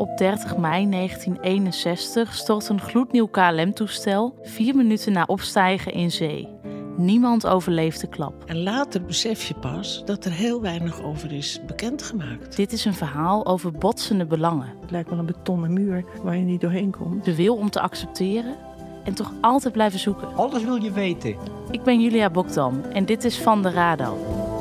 op 30 mei 1961 stort een gloednieuw KLM-toestel 4 minuten na opstijgen in zee. Niemand overleeft de klap. En later besef je pas dat er heel weinig over is bekendgemaakt. Dit is een verhaal over botsende belangen. Het lijkt wel een betonnen muur waar je niet doorheen komt. De wil om te accepteren en toch altijd blijven zoeken. Alles wil je weten. Ik ben Julia Bokdam en dit is Van de Radar.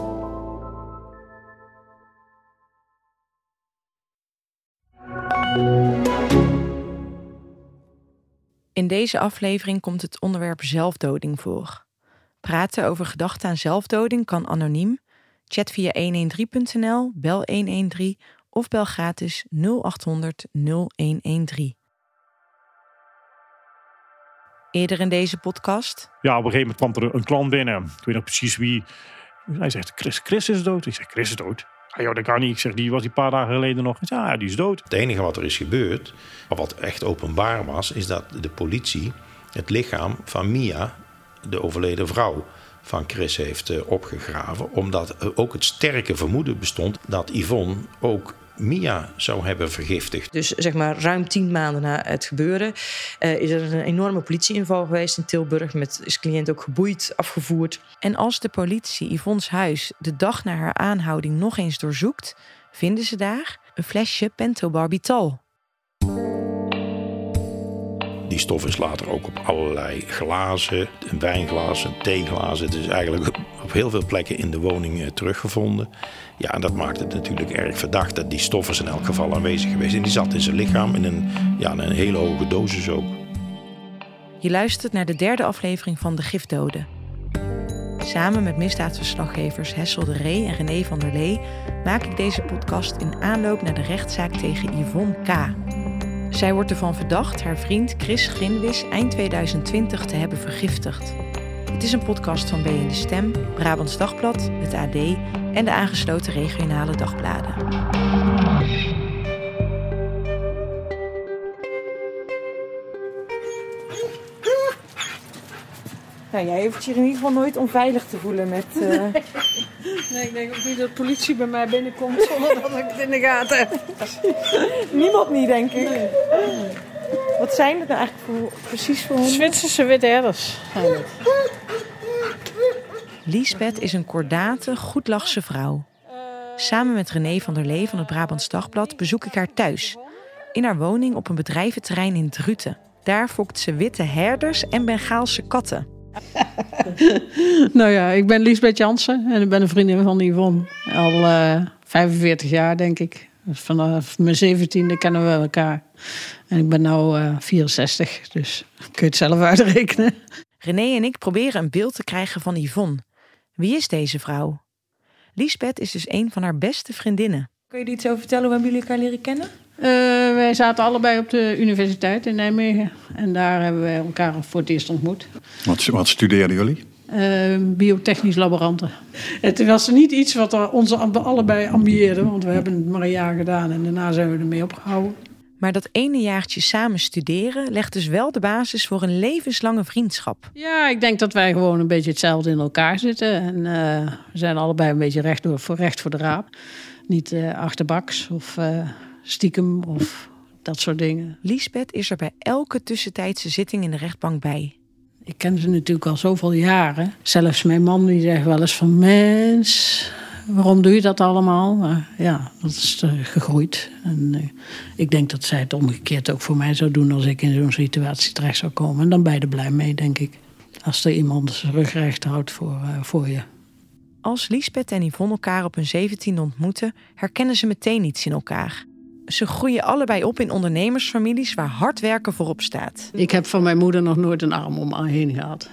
In deze aflevering komt het onderwerp zelfdoding voor. Praten over gedachten aan zelfdoding kan anoniem. Chat via 113.nl, bel 113 of bel gratis 0800 0113. Eerder in deze podcast. Ja, op een gegeven moment kwam er een klant binnen. Ik weet nog precies wie. Hij zegt, Chris is dood. Ik zeg, Chris is dood? Ah, joh, dat kan niet. Ik zeg, die was die paar dagen geleden nog. Ik zeg, ja, die is dood. Het enige wat er is gebeurd, wat echt openbaar was, is dat de politie het lichaam van Mia, de overleden vrouw van Chris, heeft opgegraven. Omdat ook het sterke vermoeden bestond dat Yvonne ook Mia zou hebben vergiftigd. Dus zeg maar ruim 10 maanden na het gebeuren is er een enorme politieinval geweest in Tilburg. Is de cliënt ook geboeid, afgevoerd. En als de politie Yvonne's huis de dag na haar aanhouding nog eens doorzoekt, vinden ze daar een flesje pentobarbital. Die stof is later ook op allerlei glazen, een wijnglas, een theeglazen. Het is eigenlijk op heel veel plekken in de woning teruggevonden. Ja, en dat maakt het natuurlijk erg verdacht dat die stof is in elk geval aanwezig geweest. En die zat in zijn lichaam in een hele hoge dosis ook. Je luistert naar de 3e aflevering van De Gifdoden. Samen met misdaadverslaggevers Hessel de Ree en René van der Lee maak ik deze podcast in aanloop naar de rechtszaak tegen Yvonne K. Zij wordt ervan verdacht haar vriend Chris Grinwis eind 2020 te hebben vergiftigd. Het is een podcast van BN De Stem, Brabants Dagblad, het AD en de aangesloten regionale dagbladen. Nou, jij hoeft je in ieder geval nooit onveilig te voelen met... Nee, ik denk ook niet dat de politie bij mij binnenkomt zonder dat ik het in de gaten heb. Niemand niet, denk ik. Nee. Wat zijn het nou eigenlijk precies voor honden? Zwitserse witte herders zijn het. Liesbeth is een kordate, goedlachse vrouw. Samen met René van der Lee van het Brabants Dagblad bezoek ik haar thuis. In haar woning op een bedrijventerrein in Druten. Daar fokt ze witte herders en Bengaalse katten. Nou ja, ik ben Liesbeth Jansen en ik ben een vriendin van Yvonne. Al 45 jaar, denk ik. Dus vanaf mijn 17e kennen we elkaar. En ik ben nu 64, dus kun je het zelf uitrekenen. René en ik proberen een beeld te krijgen van Yvonne. Wie is deze vrouw? Liesbeth is dus een van haar beste vriendinnen. Kun je er iets over vertellen? Hoe hebben jullie elkaar leren kennen? Wij zaten allebei op de universiteit in Nijmegen. En daar hebben we elkaar voor het eerst ontmoet. Wat studeerden jullie? Biotechnisch laboranten. Het was niet iets wat ons allebei ambieerden. Want we hebben het maar een jaar gedaan en daarna zijn we ermee opgehouden. Maar dat ene jaartje samen studeren legt dus wel de basis voor een levenslange vriendschap. Ja, ik denk dat wij gewoon een beetje hetzelfde in elkaar zitten. En we zijn allebei een beetje recht voor de raap. Niet achterbaks of stiekem of dat soort dingen. Liesbeth is er bij elke tussentijdse zitting in de rechtbank bij. Ik ken ze natuurlijk al zoveel jaren. Zelfs mijn man die zegt wel eens van... Mens, waarom doe je dat allemaal? Maar ja, dat is gegroeid. En ik denk dat zij het omgekeerd ook voor mij zou doen... als ik in zo'n situatie terecht zou komen. En dan beide blij mee, denk ik. Als er iemand zijn rug recht houdt voor je. Als Liesbeth en Yvonne elkaar op hun 17e ontmoeten... herkennen ze meteen iets in elkaar. Ze groeien allebei op in ondernemersfamilies waar hard werken voorop staat. Ik heb van mijn moeder nog nooit een arm om haar heen gehad.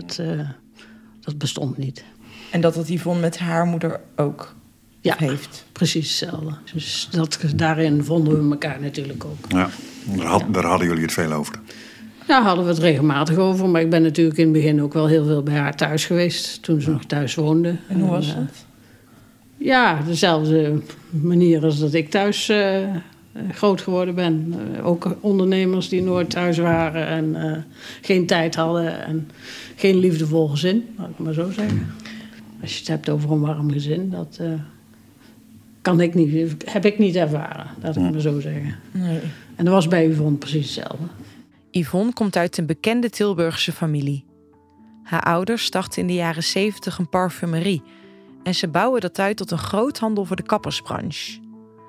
Dat bestond niet. En dat Yvonne met haar moeder ook heeft? Precies hetzelfde. Dus daarin vonden we elkaar natuurlijk ook. Ja, daar hadden jullie het veel over. Daar hadden we het regelmatig over. Maar ik ben natuurlijk in het begin ook wel heel veel bij haar thuis geweest. Toen ze nog thuis woonde. En hoe was dat? Ja, dezelfde manier als dat ik thuis groot geworden ben. Ook ondernemers die nooit thuis waren en geen tijd hadden en geen liefdevol gezin, laat ik maar zo zeggen. Als je het hebt over een warm gezin, dat Heb ik niet ervaren, laat ik maar zo zeggen. Nee. En dat was bij Yvonne precies hetzelfde. Yvonne komt uit een bekende Tilburgse familie. Haar ouders startten in de jaren 70 een parfumerie. En ze bouwen dat uit tot een groothandel voor de kappersbranche.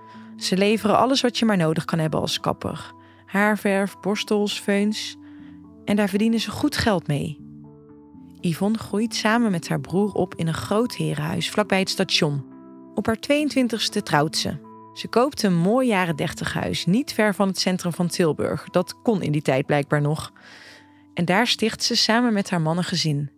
Ze leveren alles wat je maar nodig kan hebben als kapper. Haarverf, borstels, feuns. En daar verdienen ze goed geld mee. Yvonne groeit samen met haar broer op in een groot herenhuis vlakbij het station. Op haar 22e trouwt ze. Ze koopt een mooi jaren 30 huis, niet ver van het centrum van Tilburg. Dat kon in die tijd blijkbaar nog. En daar sticht ze samen met haar man een gezin.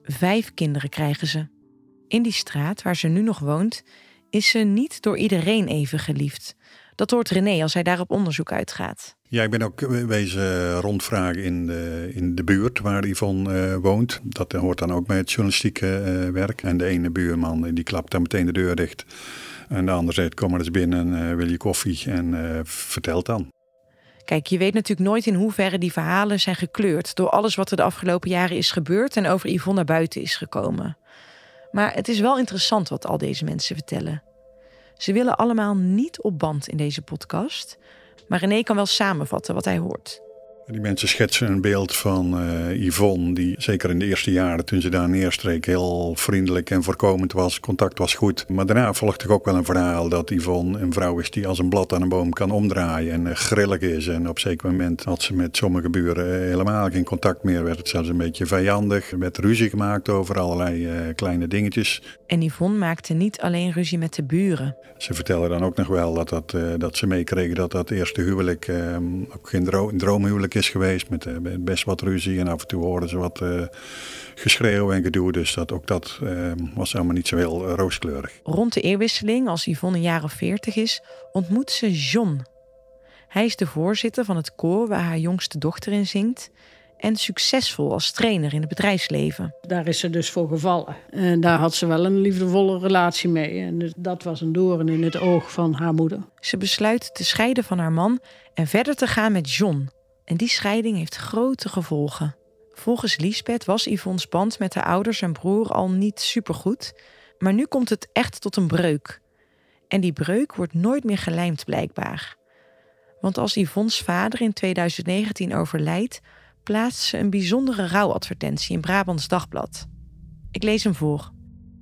5 kinderen krijgen ze. In die straat waar ze nu nog woont, is ze niet door iedereen even geliefd. Dat hoort René als hij daar op onderzoek uitgaat. Ja, ik ben ook wezen rondvragen in de buurt waar Yvonne woont. Dat hoort dan ook bij het journalistieke werk. En de ene buurman die klapt dan meteen de deur dicht. En de ander zegt, kom maar eens binnen, wil je koffie? En vertelt dan. Kijk, je weet natuurlijk nooit in hoeverre die verhalen zijn gekleurd door alles wat er de afgelopen jaren is gebeurd en over Yvonne naar buiten is gekomen. Maar het is wel interessant wat al deze mensen vertellen. Ze willen allemaal niet op band in deze podcast, maar René kan wel samenvatten wat hij hoort. Die mensen schetsen een beeld van Yvonne, die zeker in de eerste jaren toen ze daar neerstreek heel vriendelijk en voorkomend was. Contact was goed. Maar daarna volgt er ook wel een verhaal dat Yvonne een vrouw is die als een blad aan een boom kan omdraaien en grillig is. En op een zeker moment had ze met sommige buren helemaal geen contact meer. Werd het zelfs een beetje vijandig. Er werd ruzie gemaakt over allerlei kleine dingetjes. En Yvonne maakte niet alleen ruzie met de buren. Ze vertellen dan ook nog wel dat ze meekregen dat eerste huwelijk ook geen droomhuwelijk is geweest. Met best wat ruzie en af en toe hoorden ze wat geschreeuw en gedoe. Dus dat was allemaal niet zo heel rooskleurig. Rond de eeuwwisseling, als Yvonne een jaar of 40 is, ontmoet ze John. Hij is de voorzitter van het koor waar haar jongste dochter in zingt. En succesvol als trainer in het bedrijfsleven. Daar is ze dus voor gevallen. En daar had ze wel een liefdevolle relatie mee. En dus dat was een doorn in het oog van haar moeder. Ze besluit te scheiden van haar man en verder te gaan met John. En die scheiding heeft grote gevolgen. Volgens Liesbeth was Yvonne's band met haar ouders en broer al niet supergoed. Maar nu komt het echt tot een breuk. En die breuk wordt nooit meer gelijmd blijkbaar. Want als Yvonne's vader in 2019 overlijdt, plaatst ze een bijzondere rouwadvertentie in Brabants Dagblad. Ik lees hem voor.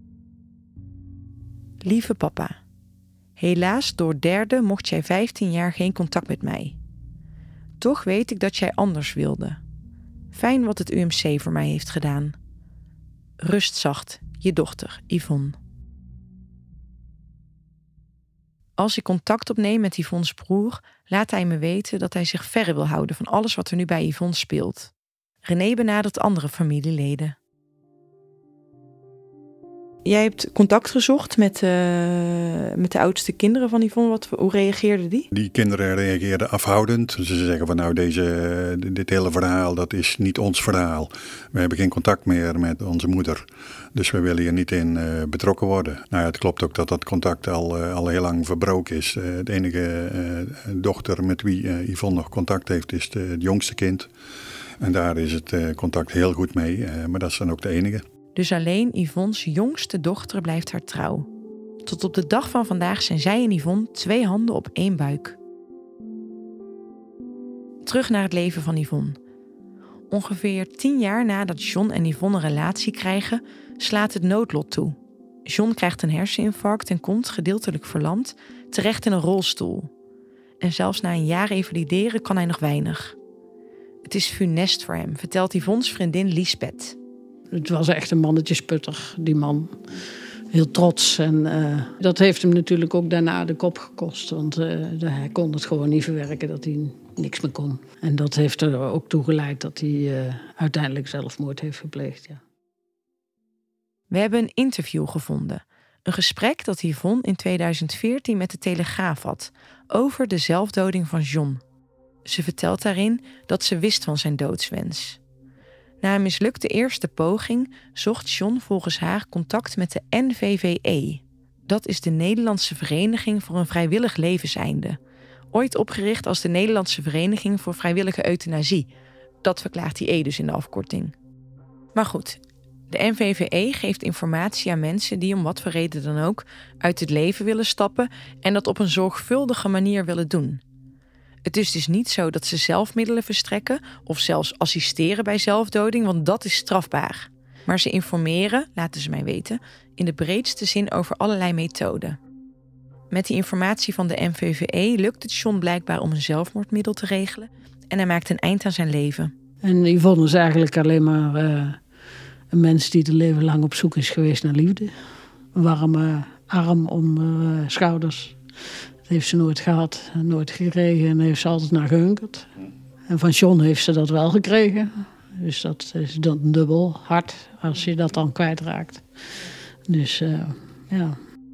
Lieve papa, helaas door derde mocht jij 15 jaar geen contact met mij. Toch weet ik dat jij anders wilde. Fijn wat het UMC voor mij heeft gedaan. Rust zacht, je dochter Yvonne. Als ik contact opneem met Yvonne's broer, laat hij me weten dat hij zich verre wil houden van alles wat er nu bij Yvonne speelt. René benadert andere familieleden. Jij hebt contact gezocht met de oudste kinderen van Yvonne. Hoe reageerden die? Die kinderen reageerden afhoudend. Ze zeggen van dit hele verhaal, dat is niet ons verhaal. We hebben geen contact meer met onze moeder. Dus we willen hier niet in betrokken worden. Nou ja, het klopt ook dat contact al heel lang verbroken is. De enige dochter met wie Yvonne nog contact heeft is het jongste kind. En daar is het contact heel goed mee. Maar dat is dan ook de enige. Dus alleen Yvonne's jongste dochter blijft haar trouw. Tot op de dag van vandaag zijn zij en Yvonne 2 handen op 1 buik. Terug naar het leven van Yvonne. Ongeveer 10 jaar nadat John en Yvonne een relatie krijgen, slaat het noodlot toe. John krijgt een herseninfarct en komt, gedeeltelijk verlamd, terecht in een rolstoel. En zelfs na een jaar revalideren kan hij nog weinig. Het is funest voor hem, vertelt Yvonne's vriendin Liesbeth. Het was echt een mannetjesputter, die man. Heel trots. En dat heeft hem natuurlijk ook daarna de kop gekost. Want hij kon het gewoon niet verwerken dat hij niks meer kon. En dat heeft er ook toe geleid dat hij uiteindelijk zelfmoord heeft gepleegd. Ja. We hebben een interview gevonden. Een gesprek dat Yvonne in 2014 met de Telegraaf had over de zelfdoding van John. Ze vertelt daarin dat ze wist van zijn doodswens. Na een mislukte eerste poging zocht John volgens haar contact met de NVVE. Dat is de Nederlandse Vereniging voor een Vrijwillig Levenseinde. Ooit opgericht als de Nederlandse Vereniging voor Vrijwillige Euthanasie. Dat verklaart die E dus in de afkorting. Maar goed, De NVVE geeft informatie aan mensen die om wat voor reden dan ook uit het leven willen stappen en dat op een zorgvuldige manier willen doen. Het is dus niet zo dat ze zelf middelen verstrekken of zelfs assisteren bij zelfdoding, want dat is strafbaar. Maar ze informeren, laten ze mij weten, in de breedste zin over allerlei methoden. Met die informatie van de NVVE lukt het John blijkbaar om een zelfmoordmiddel te regelen en hij maakt een eind aan zijn leven. En Yvonne is eigenlijk alleen maar een mens die het leven lang op zoek is geweest naar liefde. Een warme arm om schouders. Dat heeft ze nooit gehad, nooit gekregen en heeft ze altijd naar gehunkerd. En van John heeft ze dat wel gekregen. Dus dat is dan dubbel hard als je dat dan kwijtraakt. Dus ja.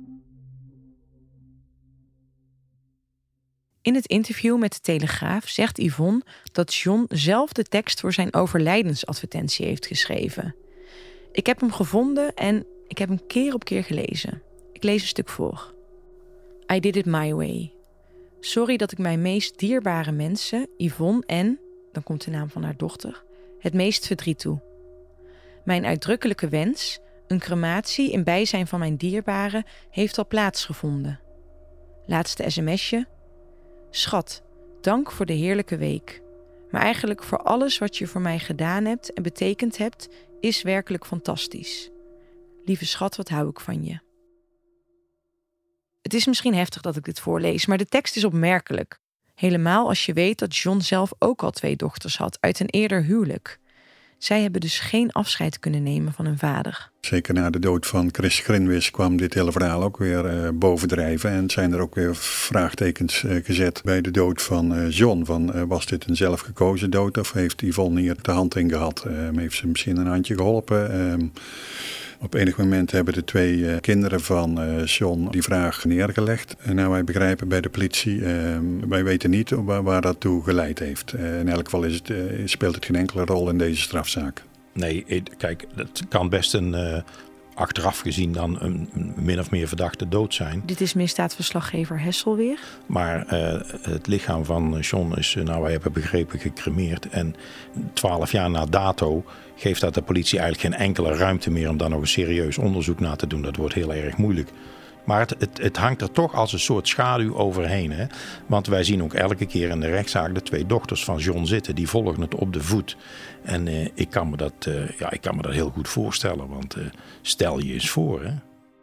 In het interview met de Telegraaf zegt Yvonne dat John zelf de tekst voor zijn overlijdensadvertentie heeft geschreven. Ik heb hem gevonden en ik heb hem keer op keer gelezen. Ik lees een stuk voor. I did it my way. Sorry dat ik mijn meest dierbare mensen, Yvonne en, dan komt de naam van haar dochter, het meest verdriet toe. Mijn uitdrukkelijke wens, een crematie in bijzijn van mijn dierbaren, heeft al plaatsgevonden. Laatste sms'je. Schat, dank voor de heerlijke week. Maar eigenlijk voor alles wat je voor mij gedaan hebt en betekend hebt, is werkelijk fantastisch. Lieve schat, wat hou ik van je. Het is misschien heftig dat ik dit voorlees, maar de tekst is opmerkelijk. Helemaal als je weet dat John zelf ook al 2 dochters had uit een eerder huwelijk. Zij hebben dus geen afscheid kunnen nemen van hun vader. Zeker na de dood van Chris Grinwis kwam dit hele verhaal ook weer bovendrijven. En zijn er ook weer vraagtekens gezet bij de dood van John. Van, was dit een zelfgekozen dood of heeft Yvonne hier de hand in gehad? Heeft ze misschien een handje geholpen? Op enig moment hebben de 2 kinderen van John die vraag neergelegd. En nou wij begrijpen bij de politie, wij weten niet waar dat toe geleid heeft. In elk geval speelt het geen enkele rol in deze strafzaak. Nee, kijk, het kan best achteraf gezien dan een min of meer verdachte dood zijn. Dit is misdaadverslaggever Hessel weer. Maar het lichaam van John is, nou wij hebben begrepen, gecremeerd. En 12 jaar na dato geeft dat de politie eigenlijk geen enkele ruimte meer om daar nog een serieus onderzoek naar te doen. Dat wordt heel erg moeilijk. Maar het hangt er toch als een soort schaduw overheen. Hè? Want wij zien ook elke keer in de rechtszaak de 2 dochters van John zitten. Die volgen het op de voet. En ik kan me dat heel goed voorstellen. Want stel je eens voor. Hè?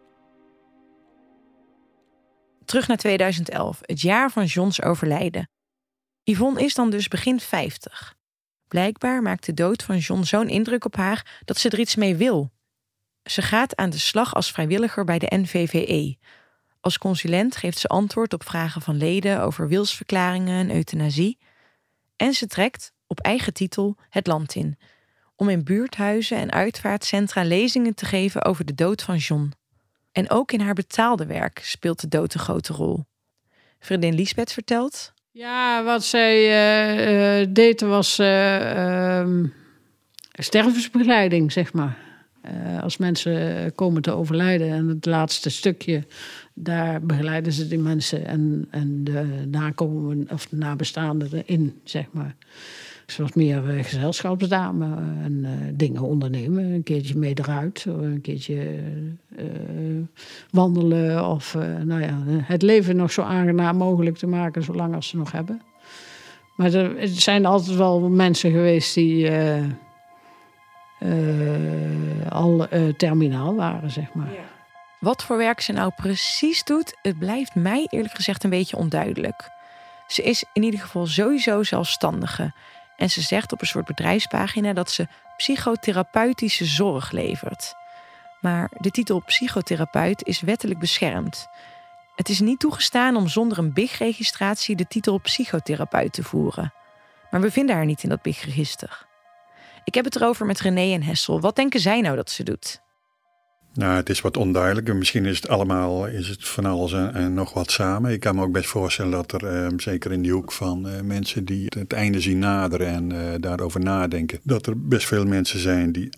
Terug naar 2011, het jaar van Johns overlijden. Yvonne is dan dus begin 50. Blijkbaar maakt de dood van John zo'n indruk op haar dat ze er iets mee wil. Ze gaat aan de slag als vrijwilliger bij de NVVE. Als consulent geeft ze antwoord op vragen van leden over wilsverklaringen en euthanasie. En ze trekt, op eigen titel, het land in. Om in buurthuizen en uitvaartcentra lezingen te geven over de dood van John. En ook in haar betaalde werk speelt de dood een grote rol. Vriendin Liesbeth vertelt. Ja, wat zij deed was stervensbegeleiding, zeg maar. Als mensen komen te overlijden en het laatste stukje, daar begeleiden ze die mensen en de nabestaanden erin, zeg maar. Ze was meer gezelschapsdame en dingen ondernemen. Een keertje mee eruit, een keertje wandelen of het leven nog zo aangenaam mogelijk te maken zolang als ze nog hebben. Maar er zijn altijd wel mensen geweest die al terminaal waren, zeg maar. Ja. Wat voor werk ze nou precies doet, het blijft mij eerlijk gezegd een beetje onduidelijk. Ze is in ieder geval sowieso zelfstandige. En ze zegt op een soort bedrijfspagina dat ze psychotherapeutische zorg levert. Maar de titel psychotherapeut is wettelijk beschermd. Het is niet toegestaan om zonder een BIG-registratie de titel psychotherapeut te voeren. Maar we vinden haar niet in dat BIG-register. Ik heb het erover met René en Hessel. Wat denken zij nou dat ze doet? Nou, het is wat onduidelijk. Misschien is het van alles en nog wat samen. Ik kan me ook best voorstellen dat er, zeker in die hoek van mensen die het einde zien naderen en daarover nadenken, dat er best veel mensen zijn die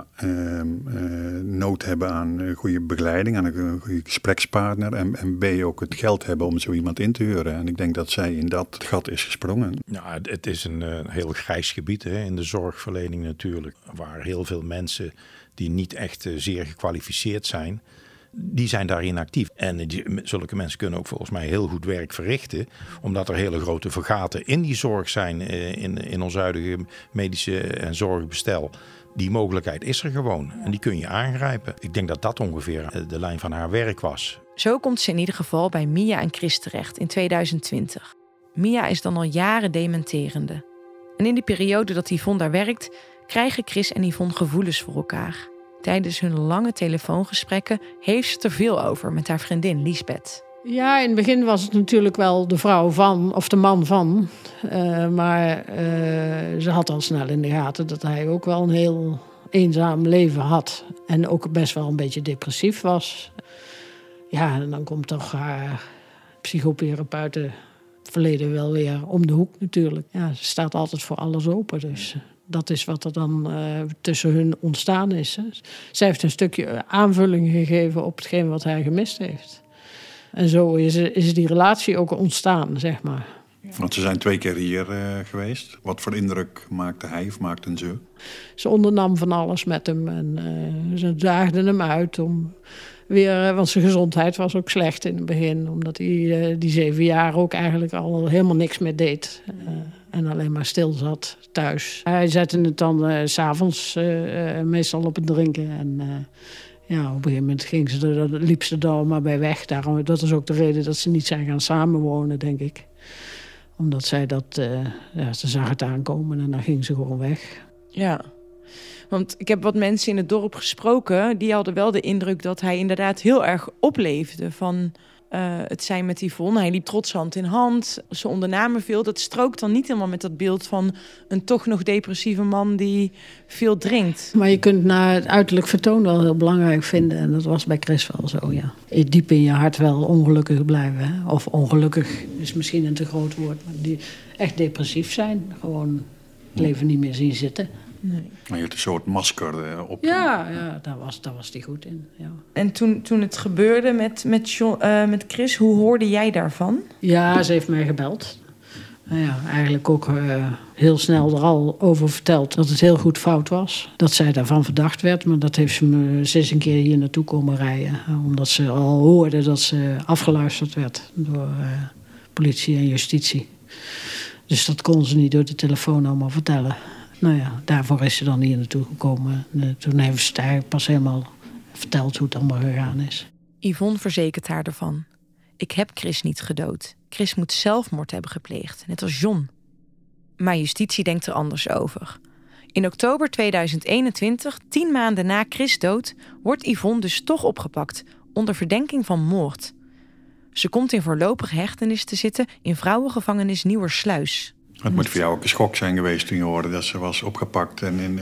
nood hebben aan een goede begeleiding, aan een goede gesprekspartner en B ook het geld hebben om zo iemand in te huren. En ik denk dat zij in dat gat is gesprongen. Nou, het is een heel grijs gebied, hè, in de zorgverlening natuurlijk, waar heel veel mensen die niet echt zeer gekwalificeerd zijn, die zijn daarin actief. En zulke mensen kunnen ook volgens mij heel goed werk verrichten, omdat er hele grote vergaten in die zorg zijn in ons huidige medische en zorgbestel. Die mogelijkheid is er gewoon en die kun je aangrijpen. Ik denk dat dat ongeveer de lijn van haar werk was. Zo komt ze in ieder geval bij Mia en Chris terecht in 2020. Mia is dan al jaren dementerende. En in die periode dat Yvonne daar werkt, krijgen Chris en Yvonne gevoelens voor elkaar. Tijdens hun lange telefoongesprekken heeft ze het er veel over met haar vriendin Liesbeth. Ja, in het begin was het natuurlijk wel de vrouw van, of de man van. Maar ze had al snel in de gaten dat hij ook wel een heel eenzaam leven had. En ook best wel een beetje depressief was. Ja, en dan komt toch haar psychotherapeuten verleden wel weer om de hoek natuurlijk. Ja, ze staat altijd voor alles open, dus dat is wat er dan tussen hun ontstaan is. Hè. Zij heeft een stukje aanvulling gegeven op hetgeen wat hij gemist heeft. En zo is die relatie ook ontstaan, zeg maar. Want ze zijn 2 keer hier geweest. Wat voor indruk maakte hij of maakten ze? Ze ondernam van alles met hem en ze daagden hem uit om weer, want zijn gezondheid was ook slecht in het begin, omdat hij die 7 jaar ook eigenlijk al helemaal niks meer deed. En alleen maar stil zat thuis. Hij zette het dan 's avonds meestal op het drinken. En ja, op een gegeven moment liep ze er maar bij weg. Daarom, dat is ook de reden dat ze niet zijn gaan samenwonen, denk ik. Omdat zij ze zag het aankomen en dan ging ze gewoon weg. Ja, want ik heb wat mensen in het dorp gesproken. Die hadden wel de indruk dat hij inderdaad heel erg opleefde van het zijn met Yvonne. Hij liep trots hand in hand. Ze ondernamen veel. Dat strookt dan niet helemaal met dat beeld van een toch nog depressieve man die veel drinkt. Maar je kunt naar het uiterlijk vertoon wel heel belangrijk vinden. En dat was bij Chris wel zo, ja. Diep in je hart wel ongelukkig blijven. Hè? Of ongelukkig is misschien een te groot woord. Maar die echt depressief zijn. Gewoon het leven niet meer zien zitten. Nee. Je hebt een soort masker op. Ja, daar was hij goed in. Ja. En toen het gebeurde met Chris, hoe hoorde jij daarvan? Ja, ze heeft mij gebeld. Nou ja, eigenlijk ook heel snel er al over verteld dat het heel goed fout was. Dat zij daarvan verdacht werd, maar dat heeft ze me 6 een keer hier naartoe komen rijden. Omdat ze al hoorde dat ze afgeluisterd werd door politie en justitie. Dus dat kon ze niet door de telefoon allemaal vertellen. Nou ja, daarvoor is ze dan hier naartoe gekomen. Toen heeft ze eigenlijk pas helemaal verteld hoe het allemaal gegaan is. Yvonne verzekert haar ervan. Ik heb Chris niet gedood. Chris moet zelfmoord hebben gepleegd, net als John. Maar justitie denkt er anders over. In oktober 2021, 10 maanden na Chris' dood, wordt Yvonne dus toch opgepakt onder verdenking van moord. Ze komt in voorlopige hechtenis te zitten in vrouwengevangenis Nieuwersluis. Het moet voor jou ook een schok zijn geweest toen je hoorde dat ze was opgepakt.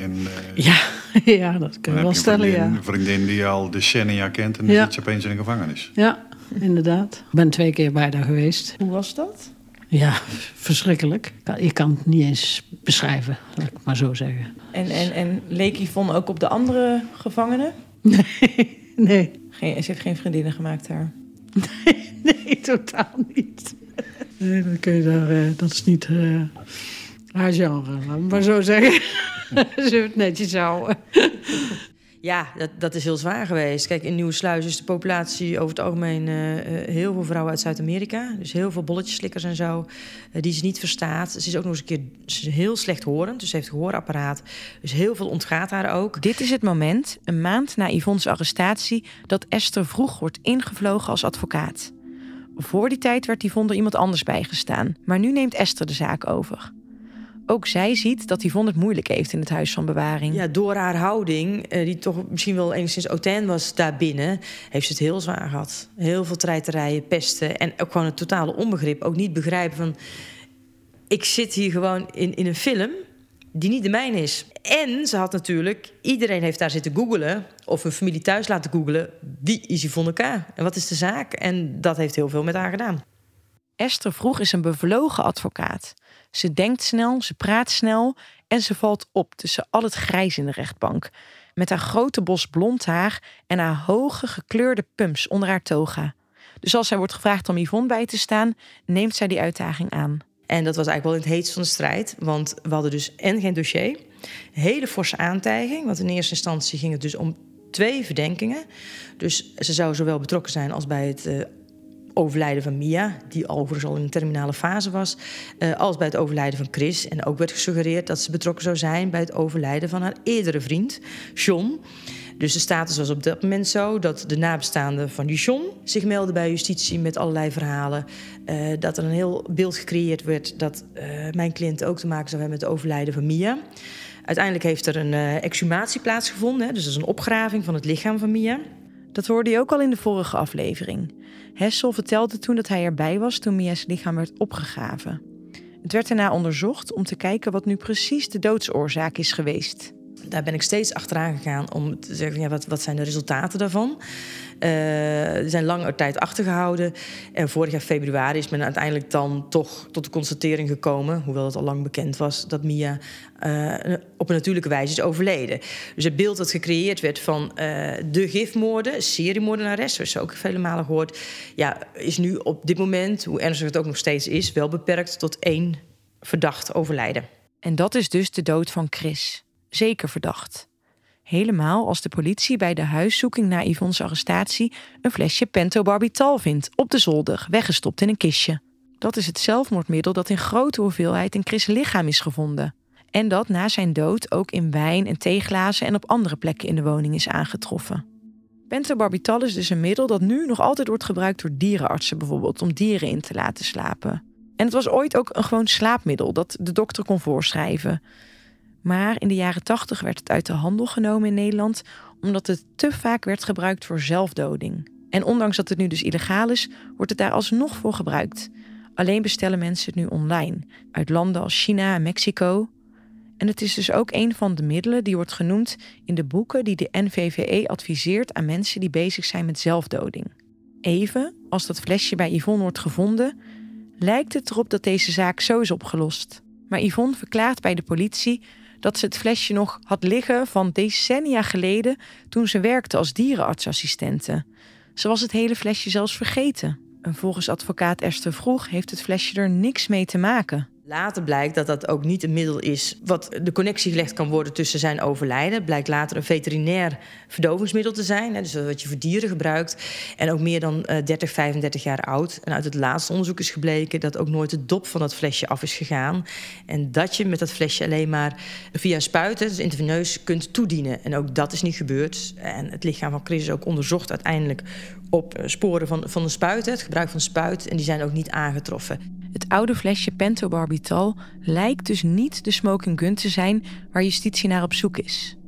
Ja, dat kun je wel stellen, Een vriendin die je al decennia kent en dan zit ze opeens in de gevangenis. Ja, inderdaad. Ik ben 2 keer bij haar geweest. Hoe was dat? Ja, verschrikkelijk. Ik kan het niet eens beschrijven, laat ik het maar zo zeggen. En leek Yvonne ook op de andere gevangenen? Nee. Ze heeft geen vriendinnen gemaakt daar? Nee, totaal niet. Nee, dat is niet haar genre, laat me maar zo zeggen. Ze het netjes houden. Ja, dat is heel zwaar geweest. Kijk, in Nieuwersluis is de populatie over het algemeen heel veel vrouwen uit Zuid-Amerika. Dus heel veel bolletjeslikkers en zo, die ze niet verstaat. Ze is ook nog eens een keer heel slecht horend, dus ze heeft een gehoorapparaat. Dus heel veel ontgaat haar ook. Dit is het moment, een maand na Yvonne's arrestatie, dat Esther Vroeg wordt ingevlogen als advocaat. Voor die tijd werd Yvonne er iemand anders bijgestaan, maar nu neemt Esther de zaak over. Ook zij ziet dat Yvonne het moeilijk heeft in het huis van bewaring. Ja, door haar houding, die toch misschien wel enigszins autain was daarbinnen, heeft ze het heel zwaar gehad. Heel veel treiterijen, pesten en ook gewoon een totale onbegrip. Ook niet begrijpen van, ik zit hier gewoon in een film die niet de mijne is. En ze had natuurlijk, iedereen heeft daar zitten googlen, of hun familie thuis laten googlen, wie is Yvonne K? En wat is de zaak? En dat heeft heel veel met haar gedaan. Esther Vroeg is een bevlogen advocaat. Ze denkt snel, ze praat snel en ze valt op tussen al het grijs in de rechtbank. Met haar grote bos blond haar en haar hoge gekleurde pumps onder haar toga. Dus als zij wordt gevraagd om Yvonne bij te staan, neemt zij die uitdaging aan. En dat was eigenlijk wel in het heetst van de strijd. Want we hadden dus en geen dossier. Een hele forse aantijging, want in eerste instantie ging het dus om 2 verdenkingen. Dus ze zou zowel betrokken zijn als bij het overlijden van Mia, die overigens al in een terminale fase was, als bij het overlijden van Chris. En ook werd gesuggereerd dat ze betrokken zou zijn bij het overlijden van haar eerdere vriend, John. Dus de status was op dat moment zo dat de nabestaanden van die John zich melden bij justitie met allerlei verhalen. Dat er een heel beeld gecreëerd werd dat mijn cliënt ook te maken zou hebben met het overlijden van Mia. Uiteindelijk heeft er een exhumatie plaatsgevonden, dus dat is een opgraving van het lichaam van Mia. Dat hoorde je ook al in de vorige aflevering. Hessel vertelde toen dat hij erbij was toen Mia's lichaam werd opgegraven. Het werd daarna onderzocht om te kijken wat nu precies de doodsoorzaak is geweest. Daar ben ik steeds achteraan gegaan om te zeggen, wat zijn de resultaten daarvan? Er zijn lange tijd achtergehouden. En vorig jaar februari is men uiteindelijk dan toch tot de constatering gekomen, hoewel het al lang bekend was, dat Mia op een natuurlijke wijze is overleden. Dus het beeld dat gecreëerd werd van de gifmoorden, seriemoordenares, zoals je ook vele malen gehoord, is nu op dit moment, hoe ernstig het ook nog steeds is, wel beperkt tot 1 verdacht overlijden. En dat is dus de dood van Chris. Zeker verdacht. Helemaal als de politie bij de huiszoeking na Yvonne's arrestatie een flesje pentobarbital vindt op de zolder, weggestopt in een kistje. Dat is het zelfmoordmiddel dat in grote hoeveelheid in Chris' lichaam is gevonden. En dat na zijn dood ook in wijn- en theeglazen en op andere plekken in de woning is aangetroffen. Pentobarbital is dus een middel dat nu nog altijd wordt gebruikt door dierenartsen bijvoorbeeld om dieren in te laten slapen. En het was ooit ook een gewoon slaapmiddel dat de dokter kon voorschrijven. Maar in de jaren 80 werd het uit de handel genomen in Nederland omdat het te vaak werd gebruikt voor zelfdoding. En ondanks dat het nu dus illegaal is, wordt het daar alsnog voor gebruikt. Alleen bestellen mensen het nu online, uit landen als China en Mexico. En het is dus ook een van de middelen die wordt genoemd in de boeken die de NVVE adviseert aan mensen die bezig zijn met zelfdoding. Even als dat flesje bij Yvonne wordt gevonden, lijkt het erop dat deze zaak zo is opgelost. Maar Yvonne verklaart bij de politie dat ze het flesje nog had liggen van decennia geleden toen ze werkte als dierenartsassistente. Ze was het hele flesje zelfs vergeten. En volgens advocaat Esther Vroeg heeft het flesje er niks mee te maken. Later blijkt dat dat ook niet een middel is wat de connectie gelegd kan worden tussen zijn overlijden. Het blijkt later een veterinair verdovingsmiddel te zijn, dus wat je voor dieren gebruikt. En ook meer dan 30, 35 jaar oud. En uit het laatste onderzoek is gebleken dat ook nooit de dop van dat flesje af is gegaan. En dat je met dat flesje alleen maar via spuiten, dus intraveneus, kunt toedienen. En ook dat is niet gebeurd. En het lichaam van Chris is ook onderzocht uiteindelijk op sporen van een spuit, het gebruik van een spuit. En die zijn ook niet aangetroffen. Het oude flesje pentobarbital lijkt dus niet de smoking gun te zijn waar justitie naar op zoek is.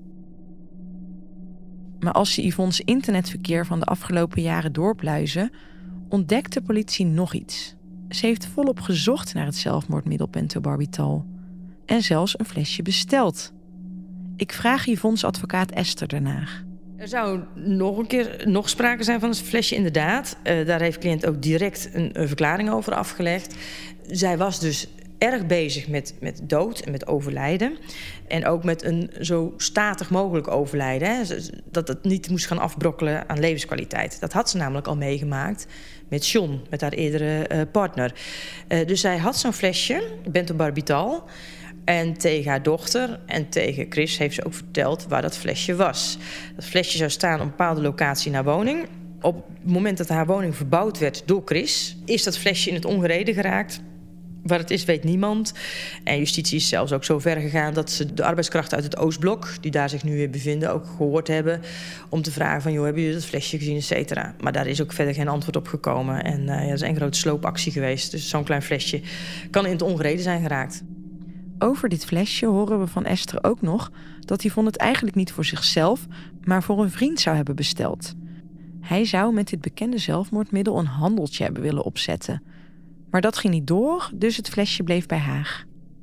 Maar als ze Yvonne's internetverkeer van de afgelopen jaren doorpluizen, ontdekt de politie nog iets. Ze heeft volop gezocht naar het zelfmoordmiddel pentobarbital. En zelfs een flesje besteld. Ik vraag Yvonne's advocaat Esther daarnaar. Er zou nog sprake zijn van een flesje, inderdaad. Daar heeft cliënt ook direct een verklaring over afgelegd. Zij was dus erg bezig met dood en met overlijden. En ook met een zo statig mogelijk overlijden. Hè. Dat het niet moest gaan afbrokkelen aan levenskwaliteit. Dat had ze namelijk al meegemaakt met John, met haar eerdere partner. Dus zij had zo'n flesje, pentobarbital. En tegen haar dochter en tegen Chris heeft ze ook verteld waar dat flesje was. Dat flesje zou staan op een bepaalde locatie in haar woning. Op het moment dat haar woning verbouwd werd door Chris, is dat flesje in het ongereden geraakt. Waar het is, weet niemand. En justitie is zelfs ook zo ver gegaan dat ze de arbeidskrachten uit het Oostblok, die daar zich nu weer bevinden, ook gehoord hebben. Om te vragen van, hebben jullie dat flesje gezien, et cetera. Maar daar is ook verder geen antwoord op gekomen. En dat is een grote sloopactie geweest. Dus zo'n klein flesje kan in het ongereden zijn geraakt. Over dit flesje horen we van Esther ook nog dat Yvonne het eigenlijk niet voor zichzelf, maar voor een vriend zou hebben besteld. Hij zou met dit bekende zelfmoordmiddel een handeltje hebben willen opzetten. Maar dat ging niet door, dus het flesje bleef bij haar.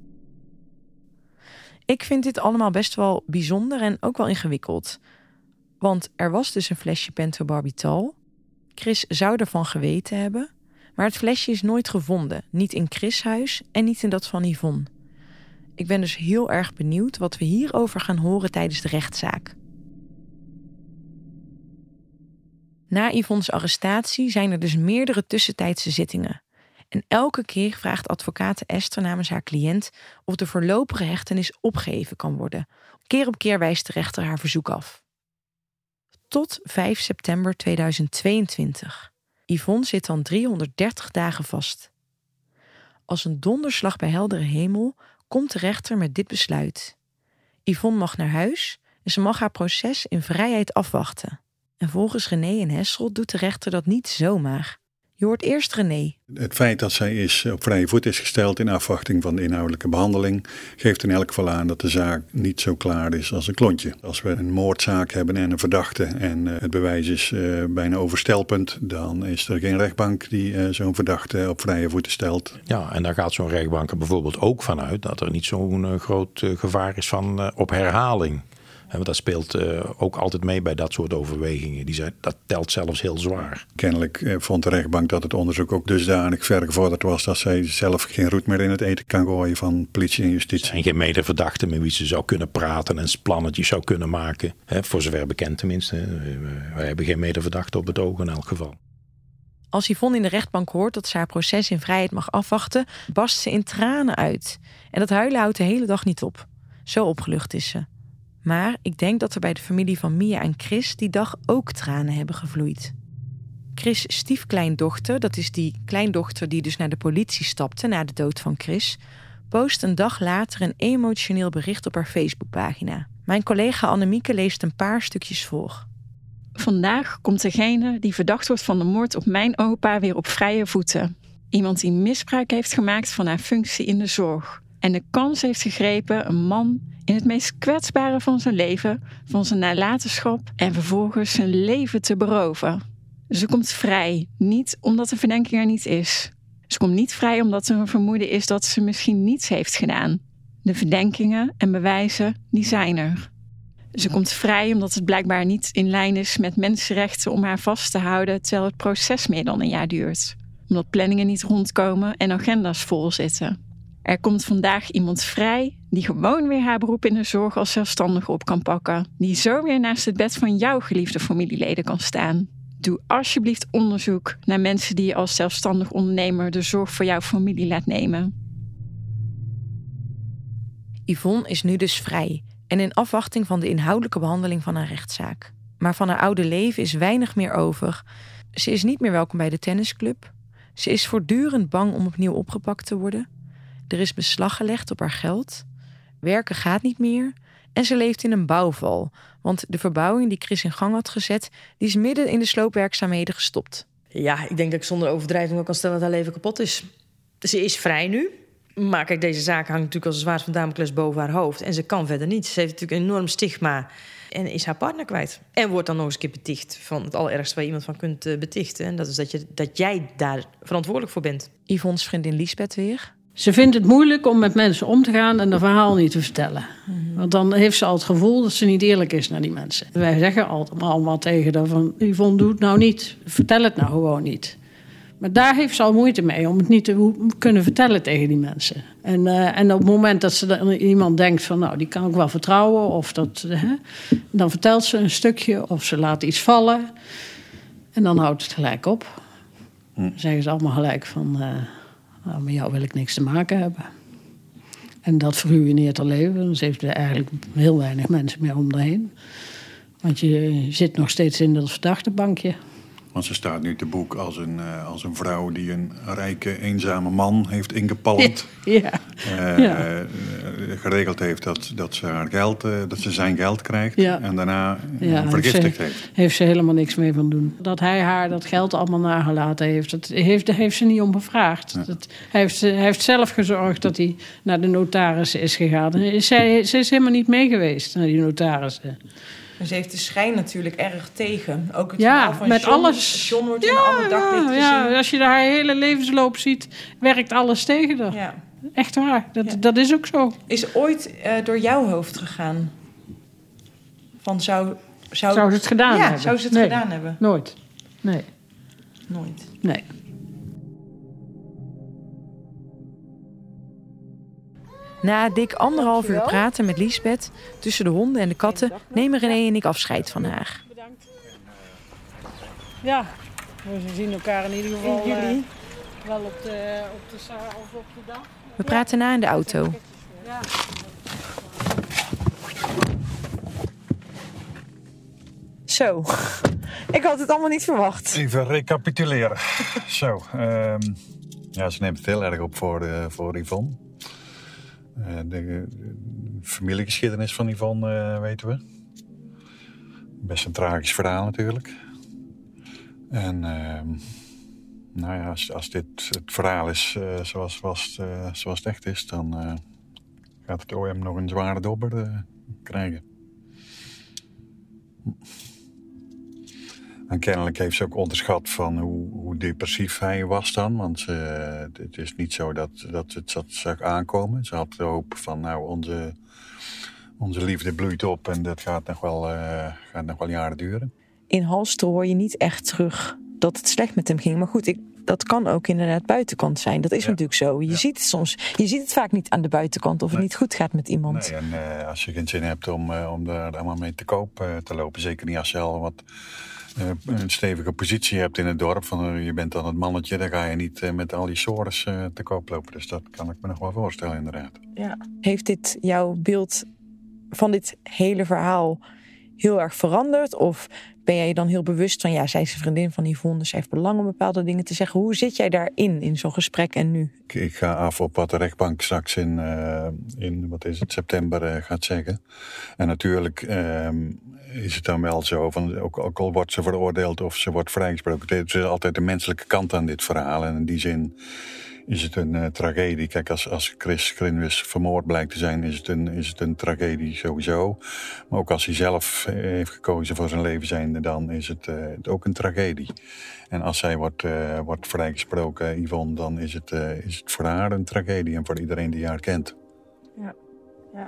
Ik vind dit allemaal best wel bijzonder en ook wel ingewikkeld. Want er was dus een flesje pentobarbital. Chris zou ervan geweten hebben, maar het flesje is nooit gevonden. Niet in Chris' huis en niet in dat van Yvonne. Ik ben dus heel erg benieuwd wat we hierover gaan horen tijdens de rechtszaak. Na Yvonne's arrestatie zijn er dus meerdere tussentijdse zittingen. En elke keer vraagt advocaat Esther namens haar cliënt of de voorlopige hechtenis opgeheven kan worden. Keer op keer wijst de rechter haar verzoek af. Tot 5 september 2022. Yvonne zit dan 330 dagen vast. Als een donderslag bij heldere hemel komt de rechter met dit besluit. Yvonne mag naar huis en ze mag haar proces in vrijheid afwachten. En volgens René en Hessel doet de rechter dat niet zomaar. Je hoort eerst René. Het feit dat zij op vrije voet is gesteld in afwachting van de inhoudelijke behandeling geeft in elk geval aan dat de zaak niet zo klaar is als een klontje. Als we een moordzaak hebben en een verdachte en het bewijs is bijna overstelpend, dan is er geen rechtbank die zo'n verdachte op vrije voeten stelt. Ja, en daar gaat zo'n rechtbank er bijvoorbeeld ook vanuit dat er niet zo'n groot gevaar is van op herhaling. Want dat speelt ook altijd mee bij dat soort overwegingen. Dat telt zelfs heel zwaar. Kennelijk vond de rechtbank dat het onderzoek ook dusdanig ver gevorderd was dat zij zelf geen roet meer in het eten kan gooien van politie en justitie. Er zijn geen medeverdachten met wie ze zou kunnen praten en plannetjes zou kunnen maken. Voor zover bekend tenminste. Wij hebben geen medeverdachten op het oog in elk geval. Als Yvonne in de rechtbank hoort dat ze haar proces in vrijheid mag afwachten, barst ze in tranen uit. En dat huilen houdt de hele dag niet op. Zo opgelucht is ze. Maar ik denk dat er bij de familie van Mia en Chris die dag ook tranen hebben gevloeid. Chris' stiefkleindochter, dat is die kleindochter die dus naar de politie stapte na de dood van Chris, post een dag later een emotioneel bericht op haar Facebookpagina. Mijn collega Annemieke leest een paar stukjes voor. Vandaag komt degene die verdacht wordt van de moord op mijn opa weer op vrije voeten. Iemand die misbruik heeft gemaakt van haar functie in de zorg. En de kans heeft gegrepen een man in het meest kwetsbare van zijn leven, van zijn nalatenschap en vervolgens zijn leven te beroven. Ze komt vrij, niet omdat de verdenking er niet is. Ze komt niet vrij omdat er een vermoeden is dat ze misschien niets heeft gedaan. De verdenkingen en bewijzen, die zijn er. Ze komt vrij omdat het blijkbaar niet in lijn is met mensenrechten om haar vast te houden terwijl het proces meer dan een jaar duurt. Omdat planningen niet rondkomen en agenda's vol zitten. Er komt vandaag iemand vrij die gewoon weer haar beroep in de zorg als zelfstandige op kan pakken. Die zo weer naast het bed van jouw geliefde familieleden kan staan. Doe alsjeblieft onderzoek naar mensen die je als zelfstandig ondernemer de zorg voor jouw familie laat nemen. Yvonne is nu dus vrij en in afwachting van de inhoudelijke behandeling van haar rechtszaak. Maar van haar oude leven is weinig meer over. Ze is niet meer welkom bij de tennisclub. Ze is voortdurend bang om opnieuw opgepakt te worden. Er is beslag gelegd op haar geld. Werken gaat niet meer. En ze leeft in een bouwval. Want de verbouwing die Chris in gang had gezet, die is midden in de sloopwerkzaamheden gestopt. Ja, ik denk dat ik zonder overdrijving ook kan stellen dat haar leven kapot is. Ze is vrij nu. Maar kijk, deze zaak hangt natuurlijk als een zwaard van Damocles boven haar hoofd. En ze kan verder niet. Ze heeft natuurlijk een enorm stigma. En is haar partner kwijt. En wordt dan nog eens een keer beticht van het allerergste waar je iemand van kunt betichten. En dat is dat jij daar verantwoordelijk voor bent. Yvonne's vriendin Liesbeth weer. Ze vindt het moeilijk om met mensen om te gaan en een verhaal niet te vertellen. Want dan heeft ze al het gevoel dat ze niet eerlijk is naar die mensen. Wij zeggen allemaal tegen haar van, Yvonne, doe het nou niet. Vertel het nou gewoon niet. Maar daar heeft ze al moeite mee om het niet te kunnen vertellen tegen die mensen. En op het moment dat ze dan iemand denkt van, nou, die kan ik wel vertrouwen. Of dan vertelt ze een stukje of ze laat iets vallen. En dan houdt het gelijk op. Dan zeggen ze allemaal gelijk van, nou, met jou wil ik niks te maken hebben. En dat verruïneert haar leven. Dus heeft er eigenlijk heel weinig mensen meer om daarheen. Want je zit nog steeds in dat verdachtebankje. Want ze staat nu te boek als een vrouw die een rijke, eenzame man heeft ingepalmd. Ja. Geregeld heeft dat ze haar geld, dat ze zijn geld krijgt. Ja. En daarna vergiftigd heeft. Heeft ze helemaal niks mee van doen. Dat hij haar dat geld allemaal nagelaten heeft, dat heeft ze niet om gevraagd. Ja. Hij heeft zelf gezorgd dat hij naar de notarissen is gegaan. Ze is helemaal niet mee geweest naar die notarissen. En ze heeft de schijn natuurlijk erg tegen. Ook het verhaal van met John. alles. John wordt in een ander daglicht gezien. Ja, als je haar hele levensloop ziet, werkt alles tegen haar. Ja. Echt waar, dat is ook zo. Is ooit door jouw hoofd gegaan? Van zou ze het gedaan hebben? Zou ze het gedaan hebben? Nooit. Nee. Nooit? Nee. Na dik 1,5 uur praten met Liesbeth, tussen de honden en de katten, nemen René en ik afscheid van haar. Bedankt. Ja, we zien elkaar in ieder geval wel op de dag. We praten na in de auto. Ja. Zo, ik had het allemaal niet verwacht. Even recapituleren. Zo, ze neemt het heel erg op voor Yvonne. De familiegeschiedenis van Yvonne weten we. Best een tragisch verhaal natuurlijk. En als dit het verhaal is zoals het echt is, dan gaat het OM nog een zware dobber krijgen. En kennelijk heeft ze ook onderschat van hoe depressief hij was dan. Want het is niet zo dat het zag aankomen. Ze had de hoop van onze liefde bloeit op en dat gaat nog wel jaren duren. In Halster hoor je niet echt terug dat het slecht met hem ging. Maar goed, dat kan ook inderdaad buitenkant zijn. Dat is natuurlijk zo. Je ziet het vaak niet aan de buitenkant of het niet goed gaat met iemand. Nee, en als je geen zin hebt om daar allemaal mee te koop te lopen. Zeker niet als je al een stevige positie hebt in het dorp. Van je bent dan het mannetje, dan ga je niet met al die sores te koop lopen. Dus dat kan ik me nog wel voorstellen inderdaad. Ja. Heeft dit jouw beeld van dit hele verhaal heel erg veranderd? Of ben jij je dan heel bewust van, zij is een vriendin van Yvonne, dus zij heeft belang om bepaalde dingen te zeggen. Hoe zit jij daarin, in zo'n gesprek en nu? Ik ga af op wat de rechtbank straks in september gaat zeggen. En natuurlijk is het dan wel zo, van, ook al wordt ze veroordeeld of ze wordt vrijgesproken. Er is altijd de menselijke kant aan dit verhaal. En in die zin is het een tragedie. Kijk, als Chris Grinwis vermoord blijkt te zijn, is het een tragedie sowieso. Maar ook als hij zelf heeft gekozen voor zijn leven zijnde, dan is het ook een tragedie. En als zij wordt vrijgesproken, Yvonne, dan is het voor haar een tragedie en voor iedereen die haar kent. Ja.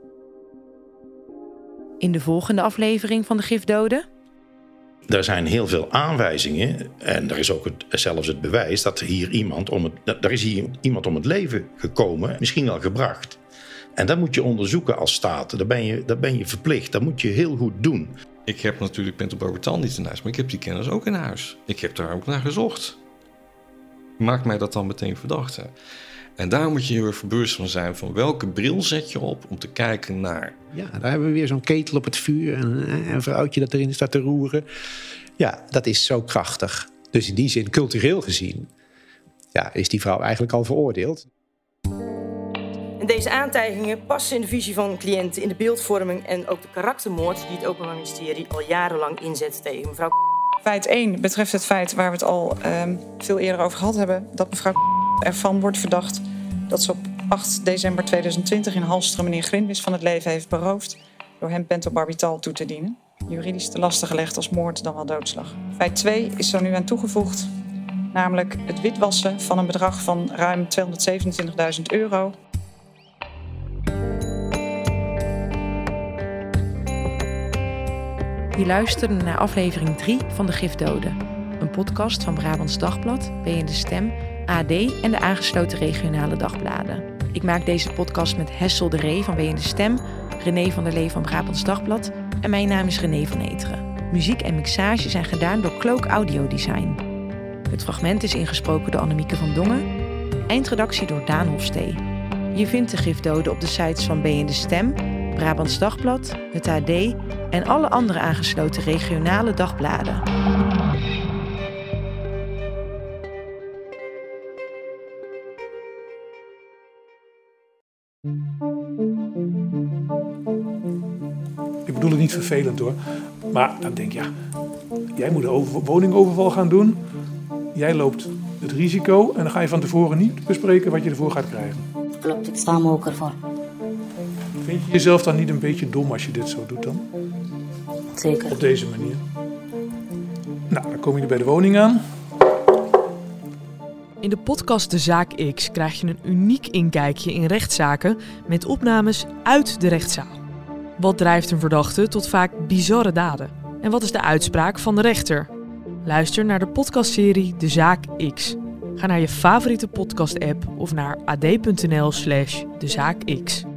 In de volgende aflevering van de Gifdoden. Er zijn heel veel aanwijzingen en er is ook zelfs het bewijs dat er is hier iemand om het leven gekomen, misschien wel gebracht. En dat moet je onderzoeken als staat. Daar ben je verplicht. Dat moet je heel goed doen. Ik heb natuurlijk pentobarbital niet in huis, maar ik heb die kennis ook in huis. Ik heb daar ook naar gezocht. Maakt mij dat dan meteen verdachte? En daar moet je heel erg bewust van zijn van welke bril zet je op om te kijken naar. Ja, daar hebben we weer zo'n ketel op het vuur en een vrouwtje dat erin staat te roeren. Ja, dat is zo krachtig. Dus in die zin, cultureel gezien, is die vrouw eigenlijk al veroordeeld. En deze aantijgingen passen in de visie van cliënten, in de beeldvorming en ook de karaktermoord die het Openbaar Ministerie al jarenlang inzet tegen mevrouw. Feit 1 betreft het feit waar we het al veel eerder over gehad hebben, dat mevrouw ervan wordt verdacht dat ze op 8 december 2020 in Halster meneer Grinwis van het leven heeft beroofd door hem pentobarbital toe te dienen. Juridisch te laste gelegd als moord dan wel doodslag. Feit 2 is er nu aan toegevoegd, namelijk het witwassen van een bedrag van ruim €227.000. Je luisterde naar aflevering 3 van de Gifdoden. Een podcast van Brabants Dagblad, BN De Stem, AD en de aangesloten regionale dagbladen. Ik maak deze podcast met Hessel de Ree van BN De Stem, René van der Lee van Brabants Dagblad en mijn naam is René van Eteren. Muziek en mixage zijn gedaan door Cloak Audio Design. Het fragment is ingesproken door Annemieke van Dongen. Eindredactie door Daan Hofstee. Je vindt de Gifdoden op de sites van BN De Stem, Brabants Dagblad, het AD en alle andere aangesloten regionale dagbladen. Ik bedoel het niet vervelend hoor, maar dan denk je, jij moet een woningoverval gaan doen. Jij loopt het risico en dan ga je van tevoren niet bespreken wat je ervoor gaat krijgen. Klopt, ik sta me ook ervoor. Vind je jezelf dan niet een beetje dom als je dit zo doet dan? Zeker. Op deze manier. Nou, dan kom je bij de woning aan. In de podcast De Zaak X krijg je een uniek inkijkje in rechtszaken met opnames uit de rechtszaal. Wat drijft een verdachte tot vaak bizarre daden? En wat is de uitspraak van de rechter? Luister naar de podcastserie De Zaak X. Ga naar je favoriete podcast-app of naar ad.nl/dezaakx.